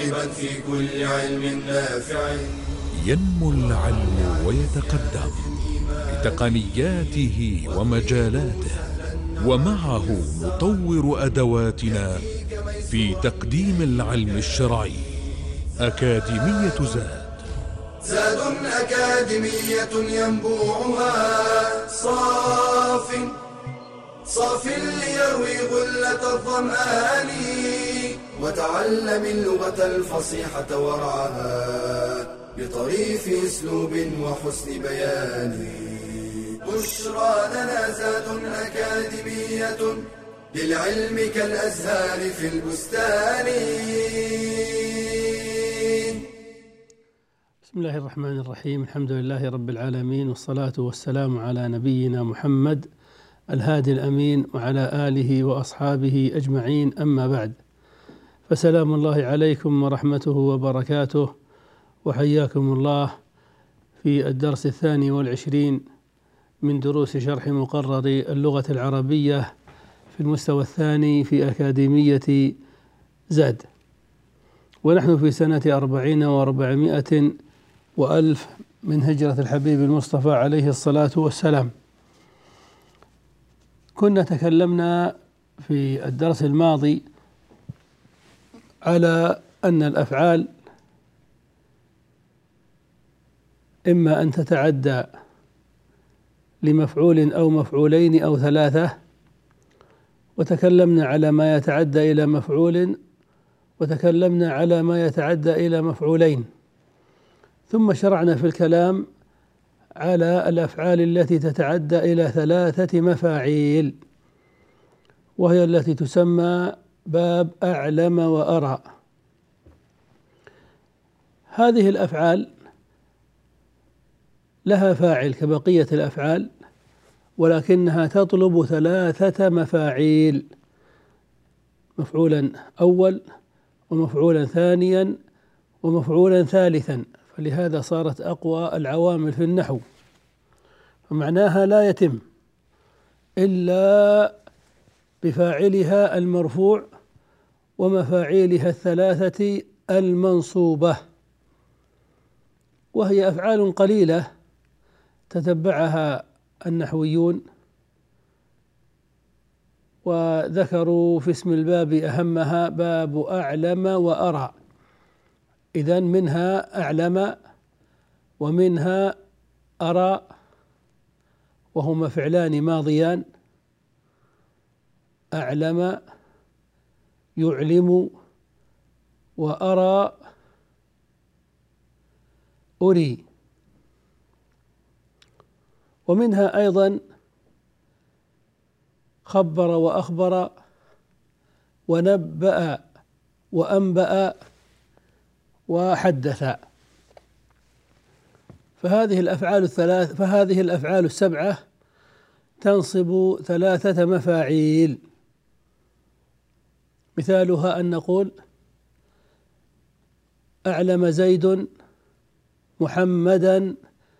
راغبا في كل علم نافع. ينمو العلم ويتقدم بتقنياته ومجالاته، ومعه نطور أدواتنا في تقديم العلم الشرعي. أكاديمية زاد. زاد أكاديمية ينبوعها صاف ليروي غلة الظمآن، وتعلم اللغة الفصيحة ورعاها بطريف اسلوب وحسن بيان. بشرى لنا زاد أكاديمية للعلم كالأزهار في البستان. بسم الله الرحمن الرحيم. الحمد لله رب العالمين، والصلاة والسلام على نبينا محمد الهادي الأمين وعلى آله وأصحابه أجمعين، أما بعد، فسلام الله عليكم ورحمته وبركاته، وحياكم الله في الدرس 22 من دروس شرح مقرر اللغة العربية في المستوى الثاني في أكاديمية زاد، ونحن في سنة 40 و400 وألف من هجرة الحبيب المصطفى عليه الصلاة والسلام. كنا تكلمنا في الدرس الماضي على أن الأفعال إما أن تتعدى لمفعول أو مفعولين أو ثلاثة، وتكلمنا على ما يتعدى إلى مفعول، وتكلمنا على ما يتعدى إلى مفعولين، ثم شرعنا في الكلام على الأفعال التي تتعدى إلى 3 مفاعيل، وهي التي تسمى باب أعلم وأرى. هذه الأفعال لها فاعل كبقية الأفعال، ولكنها تطلب 3 مفاعيل: مفعولا أول، ومفعولا ثانيا، ومفعولا ثالثا. فلهذا صارت أقوى العوامل في النحو، فمعناها لا يتم إلا بفاعلها المرفوع ومفاعيلها 3 المنصوبة، وهي أفعال قليلة تتبعها النحويون، وذكروا في اسم الباب أهمها باب أعلم وأرى. إذن منها أعلم ومنها أرى، وهما فعلان ماضيان: أعلم يعلم، وأرى أري. ومنها أيضا خبر وأخبر، ونبأ وأنبأ، وحدث. فهذه الأفعال السبعة تنصب 3 مفاعيل. مثالها أن نقول: أعلم زيد محمدا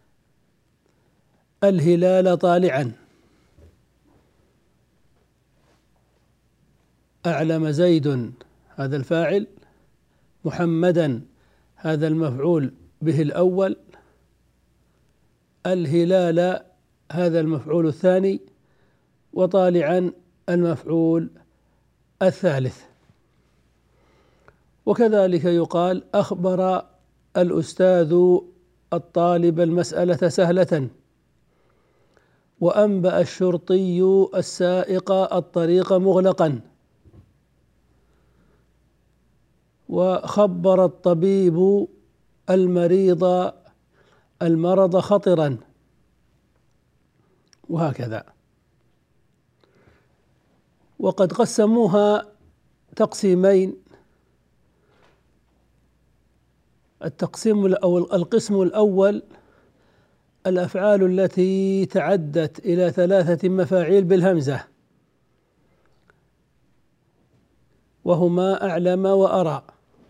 الهلال طالعا. أعلم زيد هذا الفاعل، محمدا هذا المفعول به الأول، الهلال هذا المفعول الثاني، وطالعا المفعول الثالث. وكذلك يقال: أخبر الأستاذ الطالب المسألة سهلة، وأنبأ الشرطي السائق الطريق مغلقا، وخبر الطبيب المرض خطرا، وهكذا. وقد قسموها تقسيمين: القسم الأول الأفعال التي تعدت إلى 3 مفاعيل بالهمزة، وهما أعلم وأرى.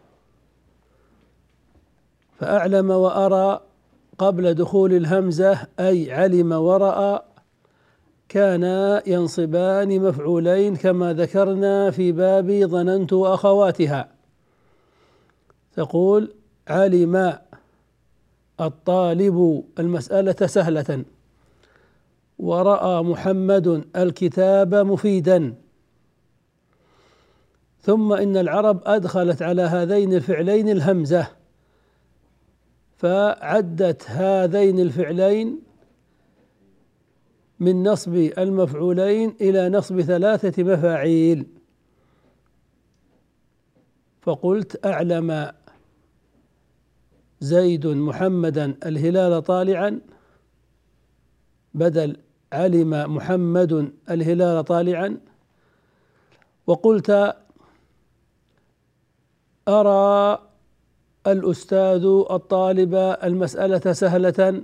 فأعلم وأرى قبل دخول الهمزة أي علم ورأى كانا ينصبان مفعولين كما ذكرنا في باب ظننت وأخواتها. تقول: علم الطالب المسألة سهلة، ورأى محمد الكتاب مفيدا. ثم إن العرب أدخلت على هذين الفعلين الهمزة، فعدت هذين الفعلين من نصب المفعولين إلى نصب 3 مفاعيل. فقلت: أعلم زيد محمدا الهلال طالعا، بدل علم محمد الهلال طالعا. وقلت: أرى الأستاذ الطالب المسألة سهلة،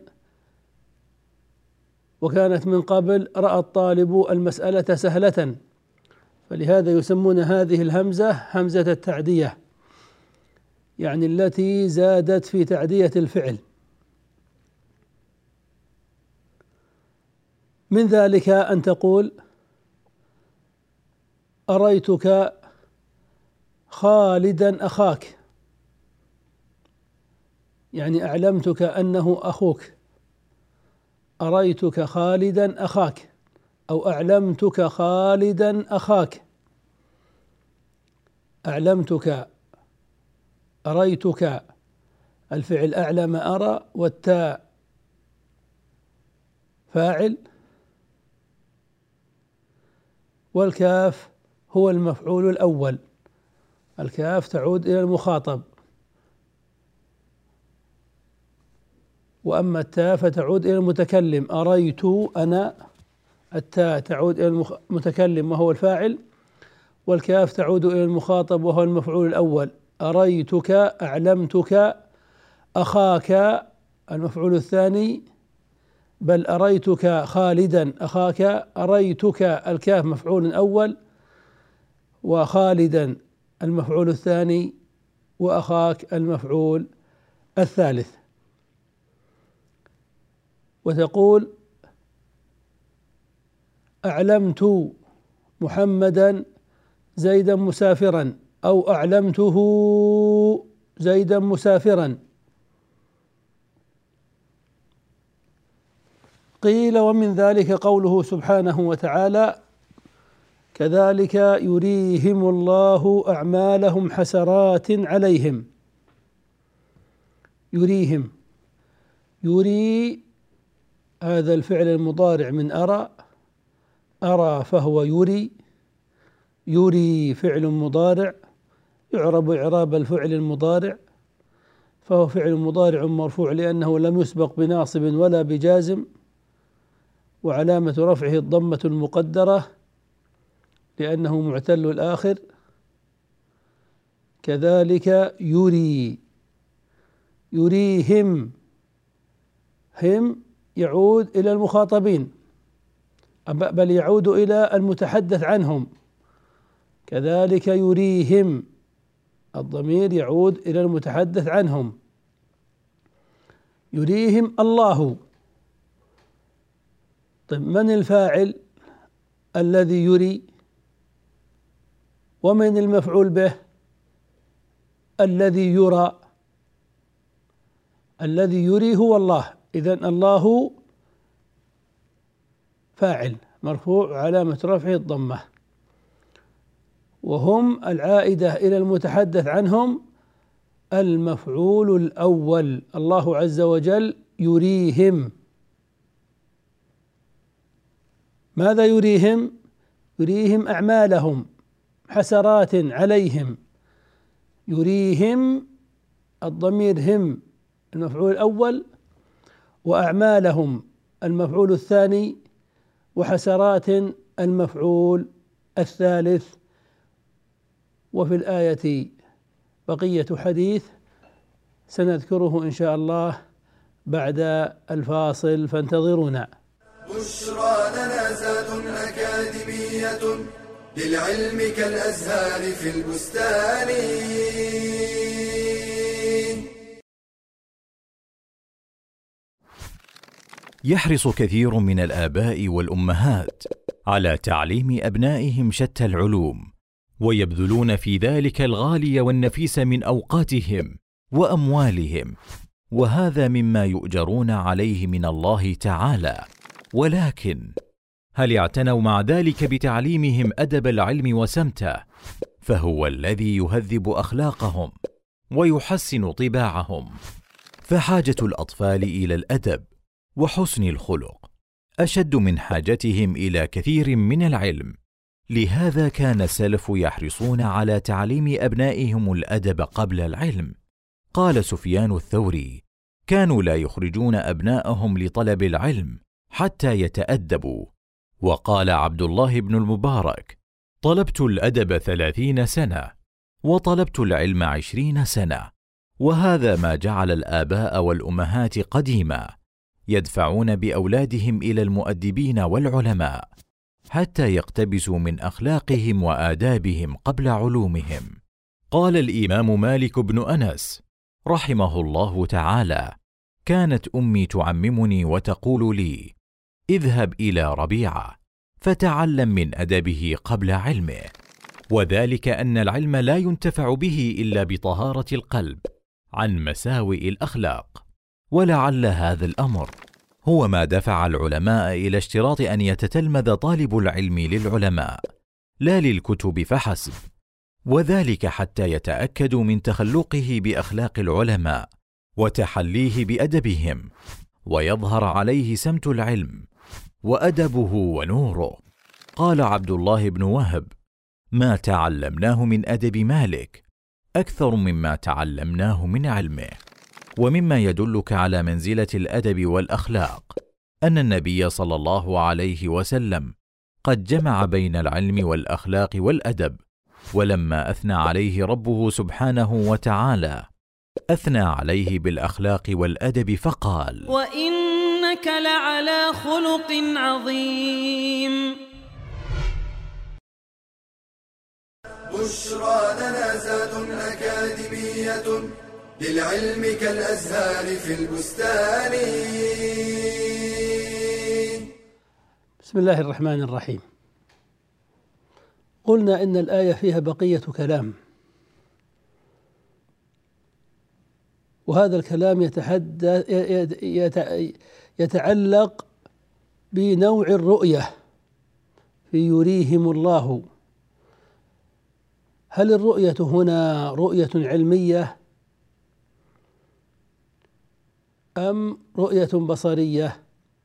وكانت من قبل رأى الطالب المسألة سهلة، فلهذا يسمون هذه الهمزة همزة التعدية، يعني التي زادت في تعدية الفعل. من ذلك أن تقول: أريتك خالدا أخاك، يعني أعلمتك أنه أخوك. أريتك خالدا أخاك، أو أعلمتك خالدا أخاك. أعلمتك، أريتك، الفعل أعلم أرى، والتاء فاعل، والكاف هو المفعول الأول. الكاف تعود إلى المخاطب، وأما التاء فتعود إلى المتكلم. أريت أنا، التاء تعود إلى المتكلم وهو الفاعل، والكاف تعود إلى المخاطب وهو المفعول الأول. أريتك، أعلمتك، أخاك المفعول الثاني، بل أريتك خالدا أخاك. أريتك الكاف مفعول أول، وخالدا المفعول الثاني، وأخاك المفعول الثالث. وتقول: أعلمت محمدا زيدا مسافرا، أو أعلمته زيدا مسافرا. قيل: ومن ذلك قوله سبحانه وتعالى: كذلك يريهم الله أعمالهم حسرات عليهم. يريهم، يري هذا الفعل المضارع من أرى، أرى فهو يري، يري فعل مضارع يعرب إعراب الفعل المضارع، فهو فعل مضارع مرفوع لأنه لم يسبق بناصب ولا بجازم، وعلامة رفعه الضمة المقدرة لأنه معتل الآخر. كذلك يري، يريهم، هم يعود إلى المخاطبين، بل يعود إلى المتحدث عنهم. كذلك يريهم، الضمير يعود إلى المتحدث عنهم. يريهم الله. طيب، من الفاعل الذي يري؟ ومن المفعول به الذي يرى؟ الذي يري هو الله، إذن الله فاعل مرفوع علامة رفعه الضمة، وهم العائدة إلى المتحدث عنهم المفعول الأول. الله عز وجل يريهم. ماذا يريهم؟ يريهم أعمالهم حسرات عليهم. يريهم الضمير هم المفعول الأول، وأعمالهم المفعول الثاني، وحسرات المفعول الثالث. وفي الآية بقية حديث سنذكره إن شاء الله بعد الفاصل، فانتظرونا. بشرى لنا زاد أكاديمية للعلم كالأزهار في البستان. يحرص كثير من الآباء والأمهات على تعليم أبنائهم شتى العلوم، ويبذلون في ذلك الغالي والنفيس من أوقاتهم وأموالهم، وهذا مما يؤجرون عليه من الله تعالى. ولكن هل اعتنوا مع ذلك بتعليمهم أدب العلم وسمته؟ فهو الذي يهذب أخلاقهم ويحسن طباعهم. فحاجة الأطفال إلى الأدب وحسن الخلق أشد من حاجتهم إلى كثير من العلم. لهذا كان السلف يحرصون على تعليم أبنائهم الأدب قبل العلم. قال سفيان الثوري: كانوا لا يخرجون أبناءهم لطلب العلم حتى يتأدبوا. وقال عبد الله بن المبارك: طلبت الأدب 30 سنة وطلبت العلم 20 سنة. وهذا ما جعل الآباء والأمهات قديما يدفعون بأولادهم إلى المؤدبين والعلماء حتى يقتبسوا من أخلاقهم وآدابهم قبل علومهم. قال الإمام مالك بن أنس رحمه الله تعالى: كانت أمي تعممني وتقول لي: اذهب إلى ربيعة فتعلم من أدبه قبل علمه. وذلك أن العلم لا ينتفع به إلا بطهارة القلب عن مساوئ الأخلاق. ولعل هذا الأمر هو ما دفع العلماء إلى اشتراط أن يتتلمذ طالب العلم للعلماء لا للكتب فحسب، وذلك حتى يتأكدوا من تخلقه بأخلاق العلماء وتحليه بأدبهم، ويظهر عليه سمت العلم وأدبه ونوره. قال عبد الله بن وهب: ما تعلمناه من أدب مالك أكثر مما تعلمناه من علمه. ومما يدلك على منزلة الأدب والأخلاق أن النبي صلى الله عليه وسلم قد جمع بين العلم والأخلاق والأدب. ولما أثنى عليه ربه سبحانه وتعالى أثنى عليه بالأخلاق والأدب فقال: وإنك لعلى خلق عظيم. بشرى لنا زاد أكاديمية للعلم كالأزهار في البستان. بسم الله الرحمن الرحيم. قلنا إن الآية فيها بقية كلام، وهذا الكلام يتعلق بنوع الرؤية في يريهم الله. هل الرؤية هنا رؤية علمية أم رؤية بصرية؟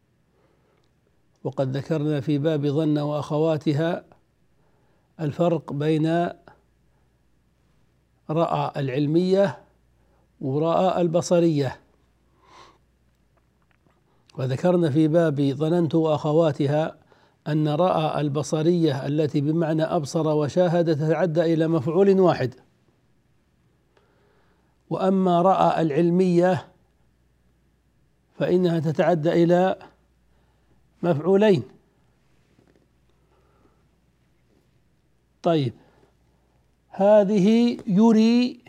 وقد ذكرنا في باب ظن وأخواتها الفرق بين رأى العلمية ورأى البصرية، وذكرنا في باب ظننت وأخواتها أن رأى البصرية التي بمعنى أبصر وشاهد تتعدى إلى مفعول واحد، وأما رأى العلمية فإنها تتعدى إلى مفعولين. طيب، هذه يري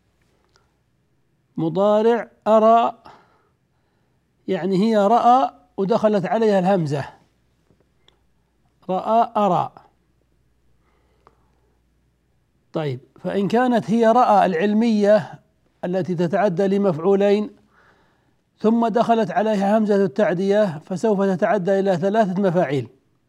مضارع أرى، يعني هي رأى ودخلت عليها الهمزة، رأى أرى. طيب، فإن كانت هي رأى العلمية التي تتعدى لمفعولين ثم دخلت عليها همزة التعدية فسوف تتعدى إلى 3 مفاعيل.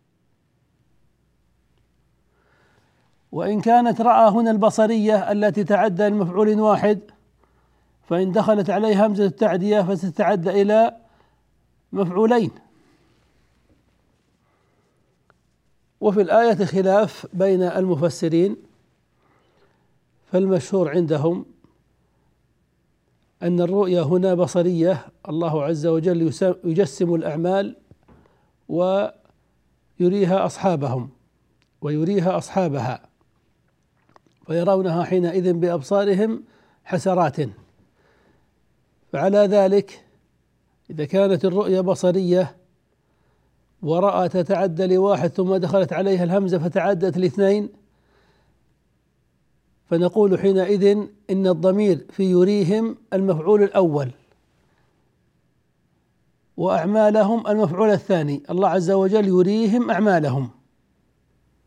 وإن كانت رأى هنا البصرية التي تعدى لمفعول واحد فإن دخلت عليها همزة التعدية فستتعدى إلى مفعولين. وفي الآية خلاف بين المفسرين، فالمشهور عندهم أن الرؤيا هنا بصرية، الله عز وجل يجسم الأعمال ويريها أصحابهم ويريها أصحابها فيرونها حينئذ بأبصارهم حسرات. فعلى ذلك إذا كانت الرؤيا بصرية ورأى تتعدى لواحد ثم دخلت عليها الهمزة فتعدت ل2، فنقول حينئذ إن الضمير في يريهم المفعول الأول وأعمالهم المفعول الثاني. الله عز وجل يريهم أعمالهم،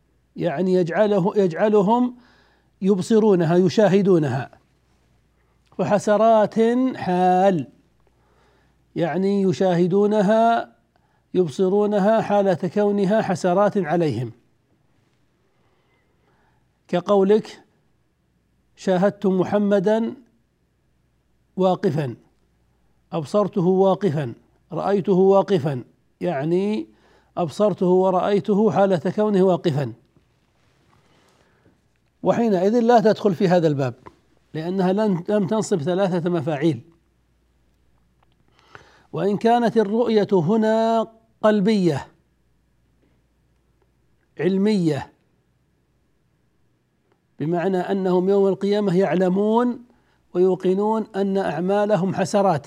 يعني يجعلهم يبصرونها يشاهدونها، وحسرات حال، يعني يشاهدونها يبصرونها حالة كونها حسرات عليهم، كقولك شاهدت محمدا واقفا، أبصرته واقفا، رأيته واقفا، يعني أبصرته ورأيته حالة كونه واقفا. وحينئذ لا تدخل في هذا الباب، لأنها لم تنصب 3 مفاعيل. وإن كانت الرؤية هنا قلبية علمية، بمعنى أنهم يوم القيامة يعلمون ويوقنون أن أعمالهم حسرات،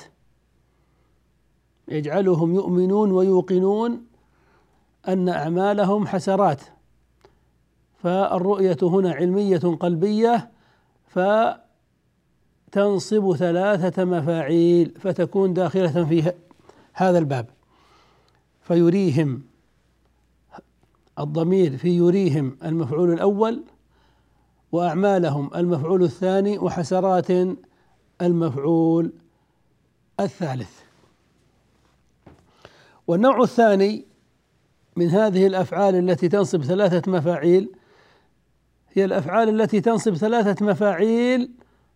يجعلهم يؤمنون ويوقنون أن أعمالهم حسرات، فالرؤية هنا علمية قلبية، فتنصب 3 مفاعيل، فتكون داخلة في هذا الباب. فيريهم الضمير في يريهم المفعول الأول، وأعمالهم المفعول الثاني، وحسرات المفعول الثالث. والنوع الثاني من هذه الأفعال التي تنصب 3 مفاعيل هي الأفعال التي تنصب 3 مفاعيل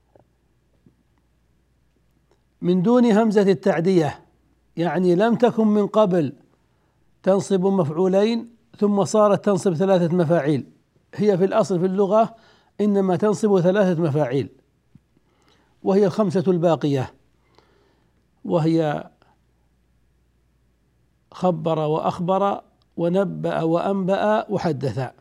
من دون همزة التعدية، يعني لم تكن من قبل تنصب مفعولين ثم صارت تنصب 3 مفاعيل. هي في الأصل في اللغة إنما تنصب 3 مفاعيل، وهي 5 الباقية، وهي خبر وأخبر ونبأ وأنبأ وحدث.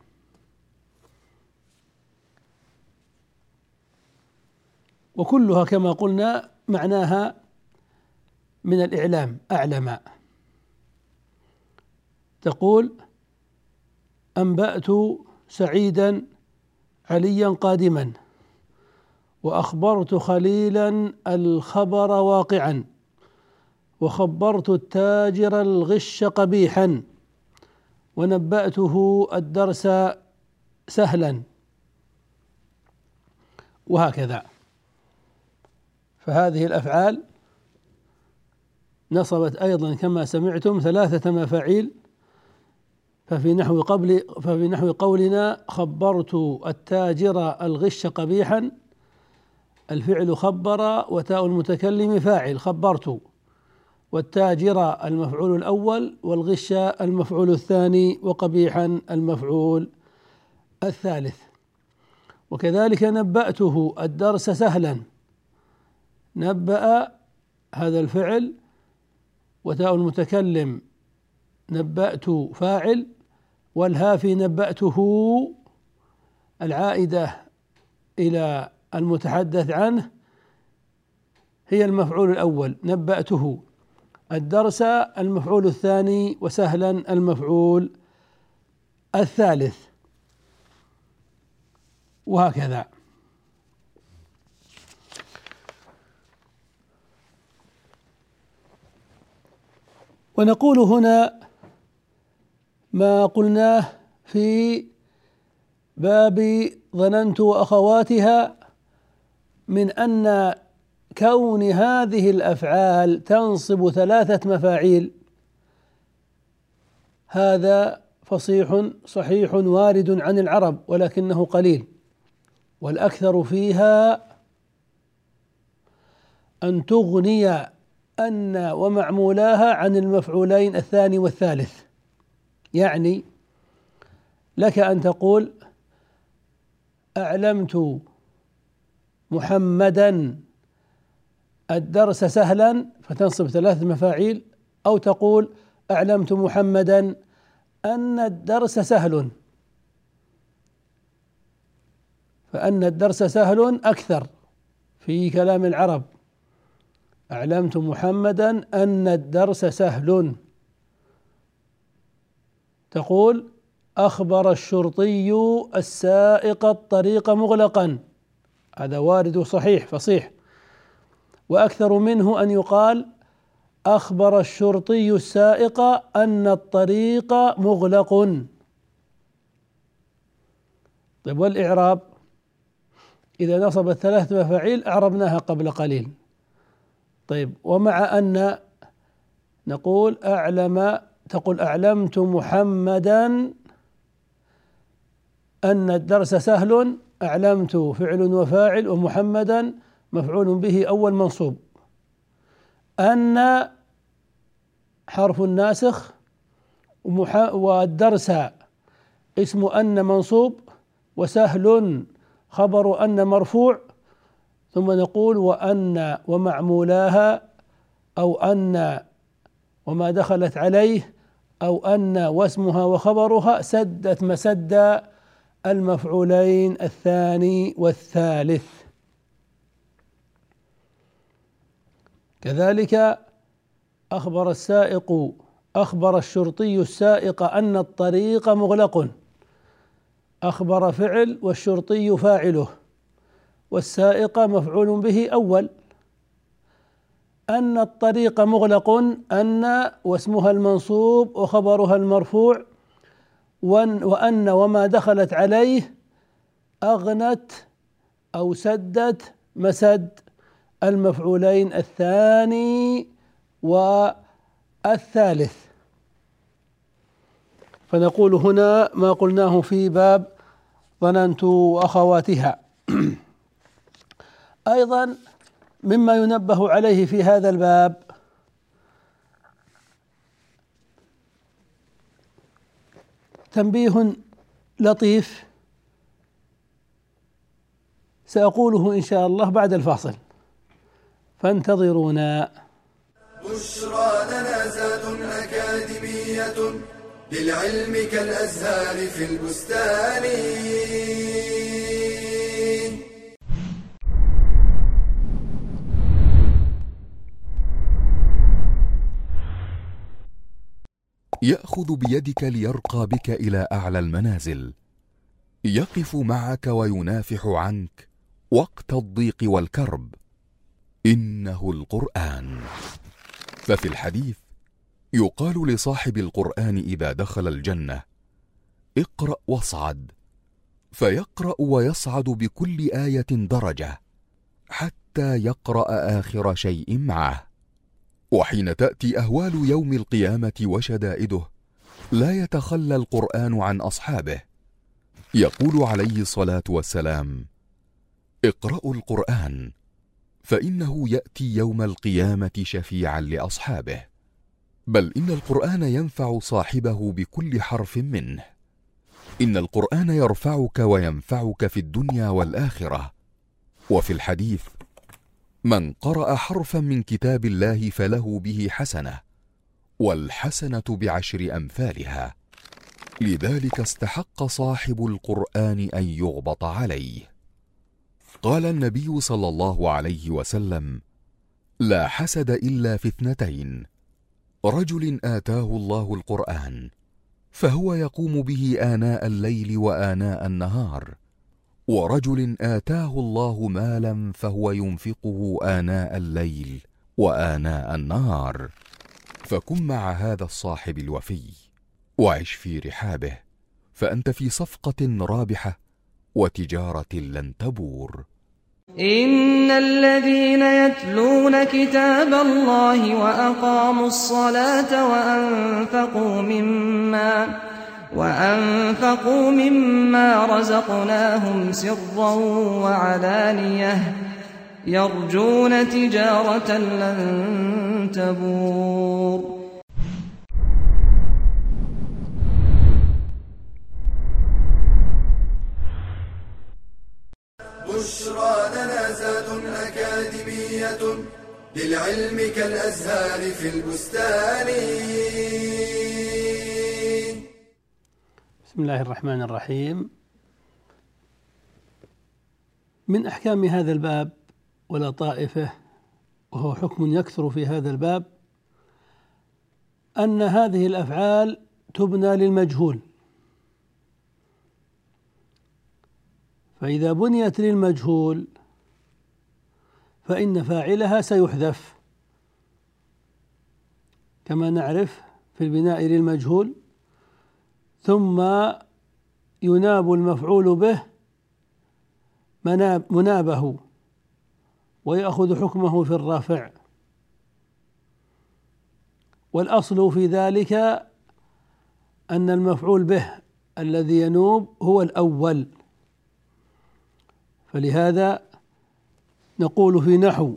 وكلها كما قلنا معناها من الإعلام، أعلم. تقول أنبأت سعيدا عليا قادما، وأخبرت خليلا الخبر واقعا، وخبرت التاجر الغش قبيحا، ونبأته الدرس سهلا، وهكذا. فهذه الأفعال نصبت أيضا كما سمعتم 3 مفاعيل. ففي نحو قولنا خبرت التاجر الغش قبيحا، الفعل خبر وتاء المتكلم فاعل خبرت، والتاجر المفعول الأول، والغش المفعول الثاني، وقبيحا المفعول الثالث. وكذلك نبأته الدرس سهلا، نبأ هذا الفعل وتاء المتكلم نبأت فاعل، والهاء في نبأته العائدة إلى المتحدث عنه هي المفعول الأول نبأته، الدرس المفعول الثاني، وسهلا المفعول الثالث، وهكذا. ونقول هنا ما قلناه في باب ظننت وأخواتها من أن كون هذه الأفعال تنصب 3 مفاعيل، هذا فصيح صحيح وارد عن العرب، ولكنه قليل، والأكثر فيها أن تغني أن ومعمولاها عن المفعولين الثاني والثالث. يعني لك أن تقول أعلمت محمدا الدرس سهلا فتنصب 3 مفاعيل، أو تقول أعلمت محمدا أن الدرس سهل، فأن الدرس سهل أكثر في كلام العرب. أعلمت محمدا أن الدرس سهل. تقول أخبر الشرطي السائق الطريق مغلقا، هذا وارد صحيح فصيح. وأكثر منه أن يقال أخبر الشرطي السائق أن الطريق مغلق. طيب والإعراب؟ إذا نصبت 3 مفاعيل أعربناها قبل قليل. طيب، ومع أن نقول تقول أعلمت محمدا أن الدرس سهل، أعلمت فعل وفاعل ومحمدا مفعول به أول منصوب، أن حرف ناسخ والدرس اسم أن منصوب وسهل خبر أن مرفوع، ثم نقول وأن ومعمولاها أو أن وما دخلت عليه أو أن واسمها وخبرها سدت مسد المفعولين الثاني والثالث. كذلك أخبر الشرطي السائق أن الطريق مغلق، أخبر فعل والشرطي فاعله والسائق مفعول به أول. أن الطريق مغلق، أن واسمها المنصوب وخبرها المرفوع، وأن وما دخلت عليه أغنت أو سدت مسد المفعولين الثاني والثالث. فنقول هنا ما قلناه في باب ظننت وأخواتها. أيضا مما ينبه عليه في هذا الباب تنبيه لطيف سأقوله إن شاء الله بعد الفاصل، فانتظرونا. بشرى لنا زاد أكاديمية للعلم كالأزهار في البستان. يأخذ بيدك ليرقى بك إلى أعلى المنازل، يقف معك وينافح عنك وقت الضيق والكرب، إنه القرآن. ففي الحديث يقال لصاحب القرآن إذا دخل الجنة: اقرأ واصعد، فيقرأ ويصعد بكل آية درجة حتى يقرأ آخر شيء معه. وحين تأتي أهوال يوم القيامة وشدائده لا يتخلى القرآن عن أصحابه، يقول عليه الصلاة والسلام: اقرأوا القرآن فإنه يأتي يوم القيامة شفيعا لأصحابه. بل إن القرآن ينفع صاحبه بكل حرف منه، إن القرآن يرفعك وينفعك في الدنيا والآخرة. وفي الحديث: من قرأ حرفا من كتاب الله فله به حسنة، والحسنة ب10 أمثالها. لذلك استحق صاحب القرآن أن يغبط عليه. قال النبي صلى الله عليه وسلم: لا حسد إلا في 2: رجل آتاه الله القرآن فهو يقوم به آناء الليل وآناء النهار، ورجل آتاه الله مالا فهو ينفقه آناء الليل وآناء النهار. فكن مع هذا الصاحب الوفي وعش في رحابه، فأنت في صفقة رابحة وتجارة لن تبور. إن الذين يتلون كتاب الله وأقاموا الصلاة وأنفقوا مما رزقناهم سرا وعلانية يرجون تجارة لن تبور. بشرى لنا زاد أكاديمية للعلم كالأزهار في البستان. بسم الله الرحمن الرحيم. من أحكام هذا الباب ولطائفه، وهو حكم يكثر في هذا الباب، أن هذه الأفعال تبنى للمجهول، فإذا بنيت للمجهول فإن فاعلها سيحذف، كما نعرف في البناء للمجهول، ثم يناب المفعول به منابه ويأخذ حكمه في الرفع، والأصل في ذلك أن المفعول به الذي ينوب هو الأول. فلهذا نقول في نحو: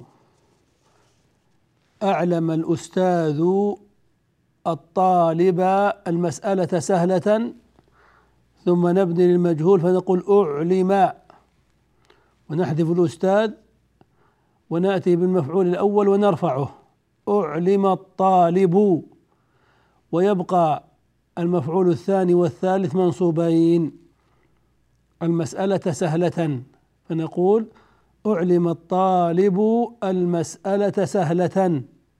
أعلم الأستاذ الطالب المسألة سهلة، ثم نبني للمجهول فنقول أعلم، ونحذف الأستاذ ونأتي بالمفعول الأول ونرفعه: أعلم الطالب، ويبقى المفعول الثاني والثالث منصوبين. المسألة سهلة فنقول أعلم الطالب المسألة سهلة.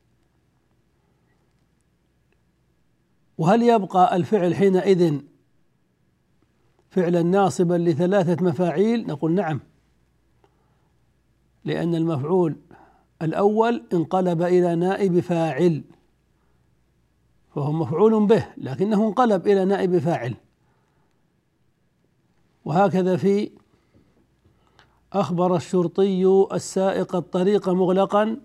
وهل يبقى الفعل حينئذ فعلا ناصبا لثلاثة مفاعيل؟ نقول نعم، لأن المفعول الأول انقلب إلى نائب فاعل، فهو مفعول به لكنه انقلب إلى نائب فاعل. وهكذا في أخبر الشرطي السائق الطريق مغلقا،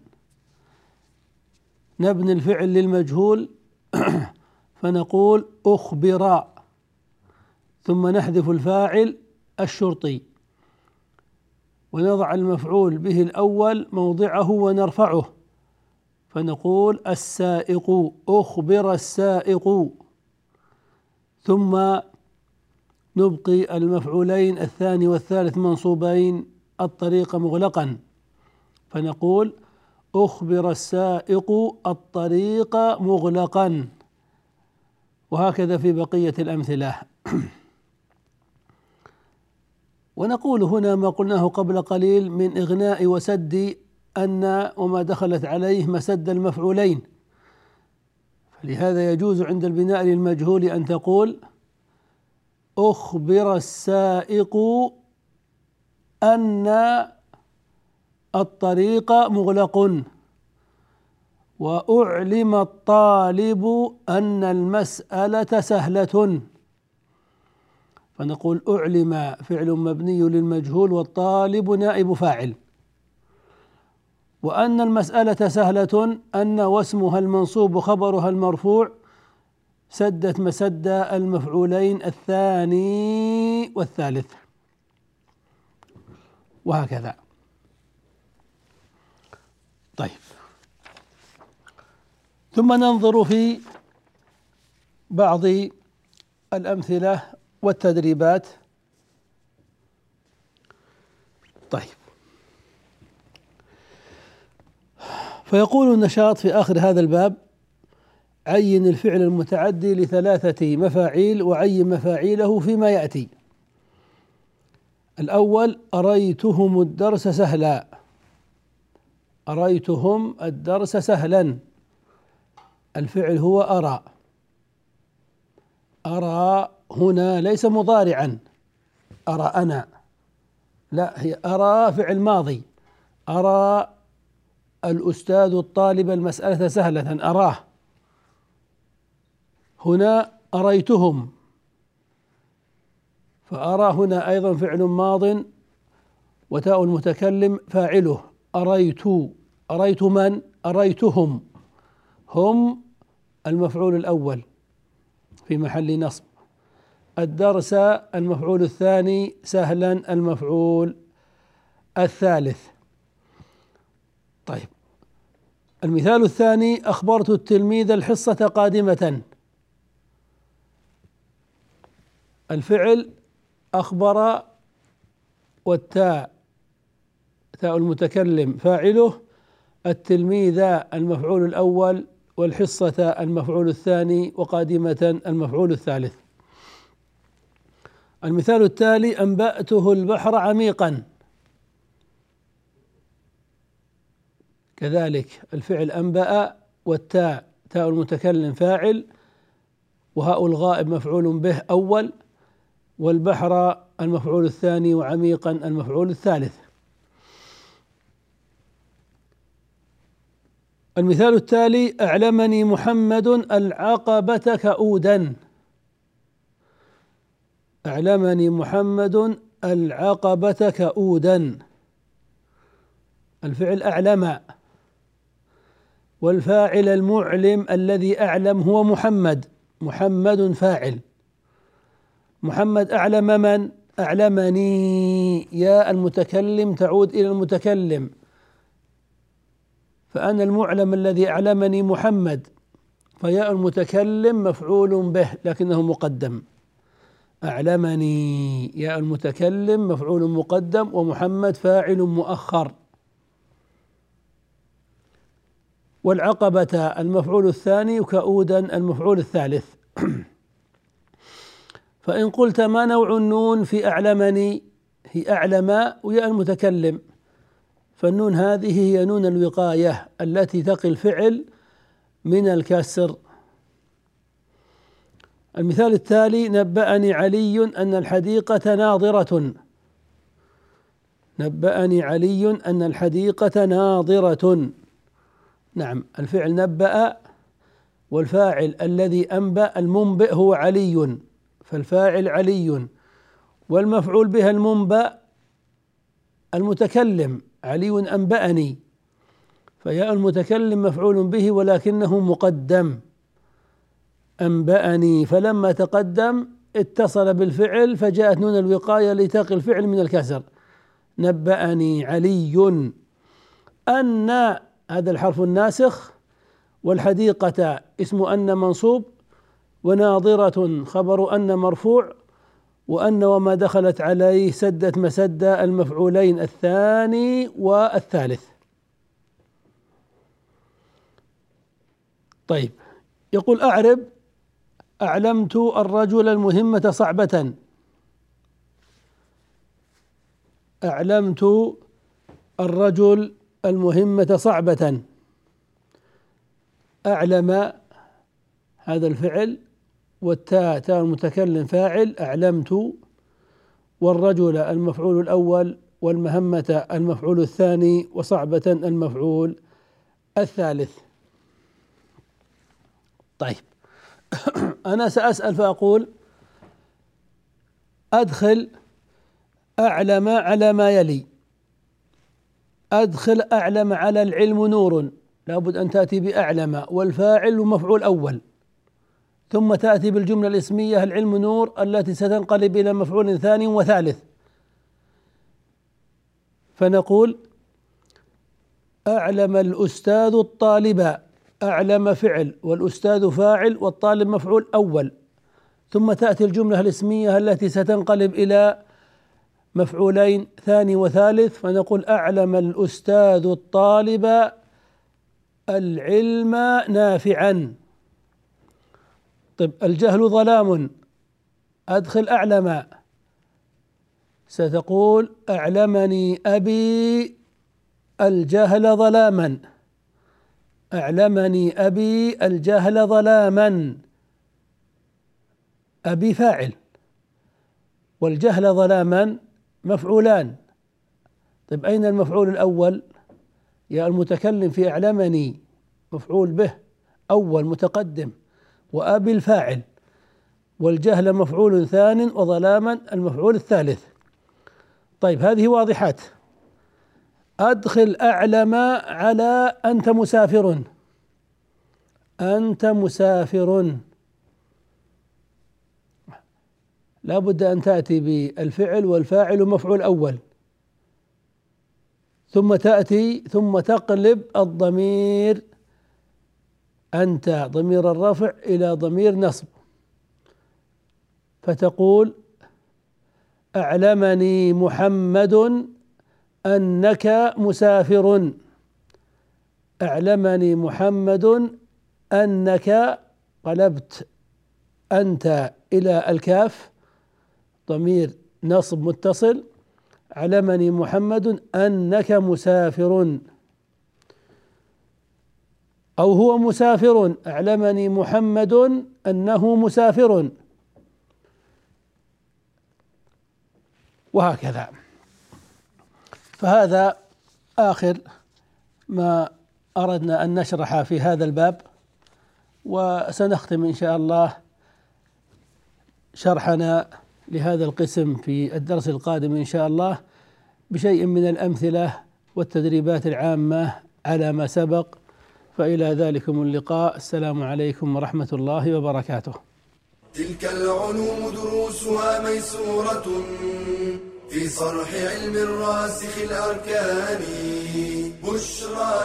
نبني الفعل للمجهول فنقول أخبر، ثم نحذف الفاعل الشرطي ونضع المفعول به الأول موضعه ونرفعه فنقول السائق، أخبر السائق، ثم نبقي المفعولين الثاني والثالث منصوبين: الطريق مغلقا فنقول أخبر السائق الطريق مغلقا. وهكذا في بقية الأمثلة. ونقول هنا ما قلناه قبل قليل من إغناء وسد أن وما دخلت عليه مسد المفعولين، فلهذا يجوز عند البناء للمجهول أن تقول أخبر السائق أن الطريق مغلق، وأعلم الطالب أن المسألة سهلة، فنقول أعلم فعل مبني للمجهول والطالب نائب فاعل، وأن المسألة سهلة أن واسمها المنصوب وخبرها المرفوع سدت مسد المفعولين الثاني والثالث، وهكذا. طيب، ثم ننظر في بعض الأمثلة والتدريبات. طيب، فيقول النشاط في آخر هذا الباب: عين الفعل المتعدي لثلاثة مفاعيل وعين مفاعيله فيما يأتي. الأول: أريتهم الدرس سهلا. أريتهم الدرس سهلا، الفعل هو أرى. أرى هنا ليس مضارعا أرى أنا، لا، هي أرى فعل ماضي. أرى الأستاذ الطالب المسألة سهلة، أراه. هنا أريتهم، فأرى هنا أيضا فعل ماض وتاء المتكلم فاعله. أريت، أريت من؟ أريتهم، هم المفعول الأول في محل نصب. الدرس المفعول الثاني، سهلا المفعول الثالث. طيب، المثال الثاني: أخبرت التلميذ الحصة قادمة. الفعل أخبر والتاء تاء المتكلم فاعله، التلميذ المفعول الأول، والحصة المفعول الثاني، وقادمة المفعول الثالث. المثال التالي: أنبأته البحر عميقا. كذلك الفعل أنبأ والتاء تاء المتكلم فاعل، وهاء الغائب مفعول به أول، والبحر المفعول الثاني، وعميقا المفعول الثالث. المثال التالي: أعلمني محمد العقبة كؤودا. أعلمني محمد العقبة كؤودا، الفعل أعلم، والفاعل المعلم الذي أعلم هو محمد، محمد فاعل، محمد أعلم من؟ أعلمني، يا المتكلم تعود إلى المتكلم، فأنا المعلم الذي أعلمني محمد، فياء المتكلم مفعول به لكنه مقدم، أعلمني ياء المتكلم مفعول مقدم ومحمد فاعل مؤخر. والعقبة المفعول الثاني وكؤودا المفعول الثالث. فإن قلت ما نوع النون في أعلمني؟ هي أعلم وياء المتكلم، فالنون هذه هي نون الوقاية التي تقي الفعل من الكسر. المثال التالي: نبأني علي أن الحديقة ناظرة، نبأني علي أن الحديقة ناظرة. نعم، الفعل نبأ، والفاعل الذي أنبأ المنبئ هو علي، فالفاعل علي، والمفعول به المنبأ المتكلم، علي أنبأني، فياء المتكلم مفعول به ولكنه مقدم، أنبأني، فلما تقدم اتصل بالفعل فجاءت نون الوقاية لتقي الفعل من الكسر. نبأني علي أن، هذا الحرف الناسخ، والحديقة اسم أن منصوب، وناظرة خبر أن مرفوع، وأن وما دخلت عليه سدت مسد المفعولين الثاني والثالث. طيب، يقول أعرب: أعلمت الرجل المهمة صعبة، أعلمت الرجل المهمة صعبة. أعلم هذا الفعل، والتاء تاء المتكلم فاعل أعلمت، والرجل المفعول الأول، والمهمة المفعول الثاني، وصعبة المفعول الثالث. طيب، أنا سأسأل فأقول: أدخل أعلم على ما يلي. أدخل أعلم على العلم نور، لابد أن تأتي بأعلم والفاعل ومفعول أول، ثم تأتي بالجملة الاسمية العلم نور التي ستنقلب إلى مفعول ثاني وثالث. فنقول: أعلم الأستاذ الطالب. أعلم فعل والأستاذ فاعل والطالب مفعول أول، ثم تأتي الجملة الاسمية التي ستنقلب إلى مفعولين ثاني وثالث، فنقول: أعلم الأستاذ الطالب العلم نافعا. طيب، الجهل ظلام. أدخل أعلم، ستقول: أعلمني أبي الجهل ظلاما. أعلمني أبي الجهل ظلاما، أبي فاعل والجهل ظلاما مفعولان. طيب، أين المفعول الأول؟ يا المتكلم في أعلمني مفعول به أول متقدم، وأبي الفاعل، والجهل مفعول ثان، وظلاما المفعول الثالث. طيب، هذه واضحات. أدخل أعلم على أنت مسافر. أنت مسافر، لا بد أن تأتي بالفعل والفاعل مفعول أول، ثم تأتي ثم تقلب الضمير أنت ضمير الرفع إلى ضمير نصب، فتقول: أعلمني محمد أنك مسافر. أعلمني محمد أنك، قلبت أنت إلى الكاف ضمير نصب متصل، علمني محمد أنك مسافر، أو هو مسافر، أعلمني محمد أنه مسافر، وهكذا. فهذا آخر ما أردنا أن نشرح في هذا الباب، وسنختم إن شاء الله شرحنا لهذا القسم في الدرس القادم إن شاء الله بشيء من الأمثلة والتدريبات العامة على ما سبق. فإلى ذلكم اللقاء، السلام عليكم ورحمة الله وبركاته. تلك العلوم دروسها ميسورة في صرح علم الراسخ الأركان. بشرى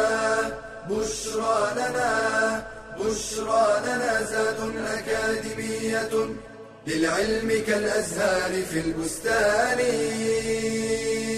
لنا زاد أكاديمية للعلم كالأزهار في البستان.